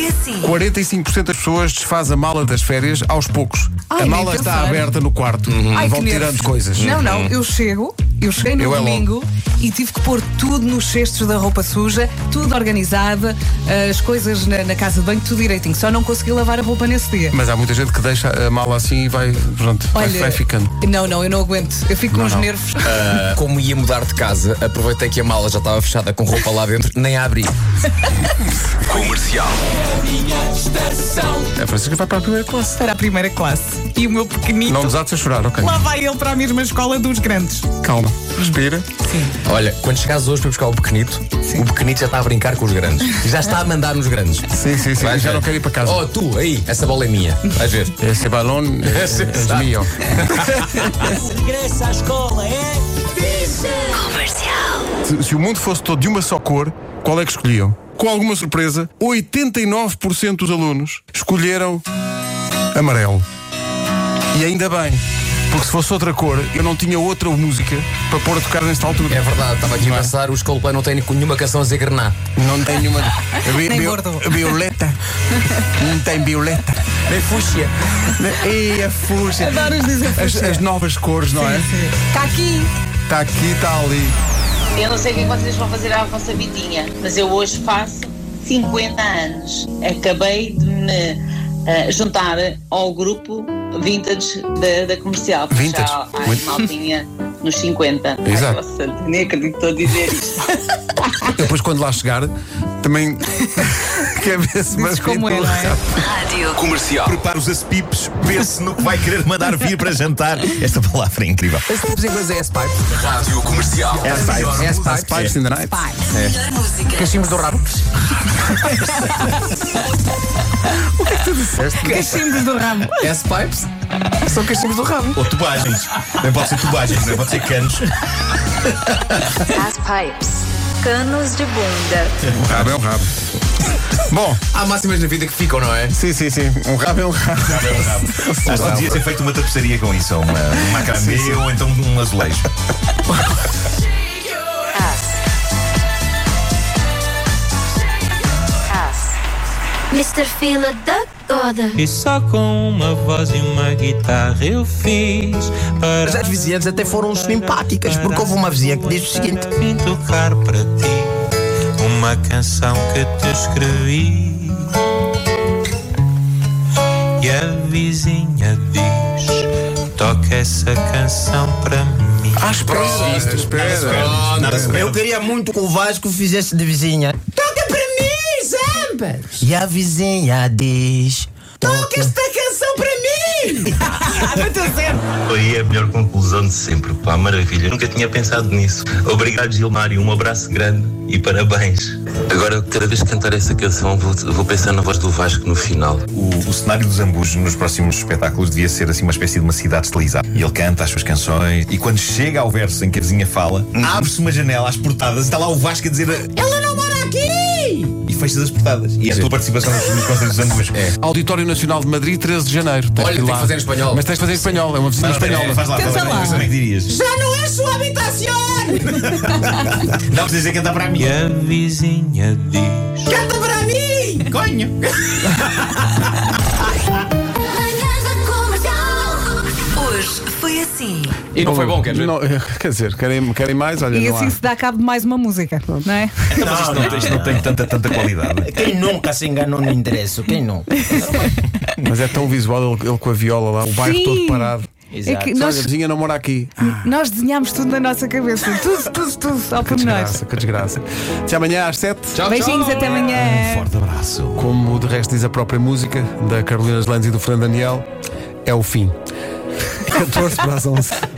assim. 45% das pessoas desfaz a mala das férias aos poucos. Ai, A nem mala está pensar. aberta no quarto. Ai, Vão que tirando nervos. coisas. Não, eu cheguei no Eu é domingo e tive que pôr tudo nos cestos da roupa suja, tudo organizado, as coisas na casa de banho, tudo direitinho. Só não consegui lavar a roupa nesse dia. Mas há muita gente que deixa a mala assim e vai, pronto, vai ficando. Não, eu não aguento. Eu fico com os nervos. Como ia mudar de casa, aproveitei que a mala já estava fechada com roupa lá dentro, nem a abri. Comercial. A Francisca vai para a primeira classe. Para a primeira classe. E o meu pequenito, Não desates a chorar, ok? lá vai ele para a mesma escola dos grandes. Calma, respira. Olha, quando chegares hoje para buscar o pequenito já está a brincar com os grandes. Já está a mandar nos grandes. Sim. Vais Já ver. não quero ir para casa. Oh, tu, aí, essa bola é minha. Vais ver. Esse balão é meu. Regressa à escola, Se o mundo fosse todo de uma só cor, qual é que escolhiam? Com alguma surpresa, 89% dos alunos escolheram amarelo. E ainda bem, porque se fosse outra cor, eu não tinha outra música para pôr a tocar nesta altura. É verdade, estava aqui a pensar, os Coldplay não têm nenhuma canção a dizer grená. Não tem nenhuma. Nem gordo. Violeta. Não tem violeta. Nem fúcsia. E a fúcsia. Adoro dizer fúcsia. As novas cores, não é? Está aqui. Está aqui, está ali. Eu não sei o que é que vocês vão fazer à vossa vidinha, mas eu hoje faço 50 anos. Acabei de me juntar ao grupo Vintage da Comercial. porque Vintage? Já há maltinha nos 50. Exato. Ai, nossa, nem acredito que estou a dizer isto. Depois, quando lá chegar, também quer ver se Dizes como é, não é? Rádio. Comercial. Prepara os aspipes, vê-se no que vai querer mandar vir para jantar. Esta palavra é incrível. Em inglês é S-Pipe. Rádio Comercial. As Pipes in the Night. Melhor música. Cachimos do rabo. Cachimbos do ramo. S-Pipes são cachimbos do rabo. Ou tubagens. Não pode ser tubagens, não pode ser canos. As Pipes. Canos de bunda. Um rabo é um rabo. Bom, Há máximas na vida que ficam, não é? sim. Um rabo é um rabo. Acho que devia ser feito uma tapeçaria com isso, ou uma macramê, ou então um azulejo. Mr. Fila da Goda. E só com uma voz e uma guitarra eu fiz para. Mas as vizinhas até foram simpáticas, porque houve uma vizinha que disse o seguinte: Vim tocar para ti uma canção que te escrevi. E a vizinha diz: toca essa canção para mim. Espera. Nada se eu queria muito que o Vasco fizesse de vizinha. Toca para mim, Zambas! E a vizinha diz: toca esta canção para mim! Foi a melhor conclusão de sempre, pá, maravilha. Nunca tinha pensado nisso. Obrigado, Gilmário, um abraço grande e parabéns. Agora, cada vez que cantar essa canção, vou pensar na voz do Vasco no final. O cenário dos Zambujos nos próximos espetáculos devia ser assim uma espécie de uma cidade estilizada. E ele canta as suas canções e quando chega ao verso em que a vizinha fala, abre-se uma janela às portadas e está lá o Vasco a dizer: ela não mora aqui! E fecha as portadas. E é a tua participação nos concertos dos Zambujos. Auditório Nacional de Madrid, 13 de janeiro. Tens Olha, que ir tem lá. que fazer em espanhol. Mas tens de fazer em espanhol, é uma vizinha espanhola. Faz lá, Tenta lá. como é que dirias? Já não é sua habitação! Não precisas dizer cantar para mim. E a vizinha diz: Canta para mim! Conho! Manhãs da Comercial. Hoje foi assim. E não foi bom, quer dizer? Não, quer dizer, querem mais? Olha, E não assim há. se dá cabo de mais uma música, não é? Isto não tem tanta qualidade. Quem nunca se enganou no endereço? Quem não? Mas é tão visual ele com a viola lá, o bairro Sim. todo parado. É que Olha, nós, a vizinha não mora aqui. nós desenhámos tudo na nossa cabeça. Tudo, ao pormenor. Que desgraça. Até amanhã às 7. Tchau, Beijinhos, até amanhã. Forte abraço. Como de resto diz a própria música da Carolina Landes e do Fernando Daniel, é o fim. 14 para as 11.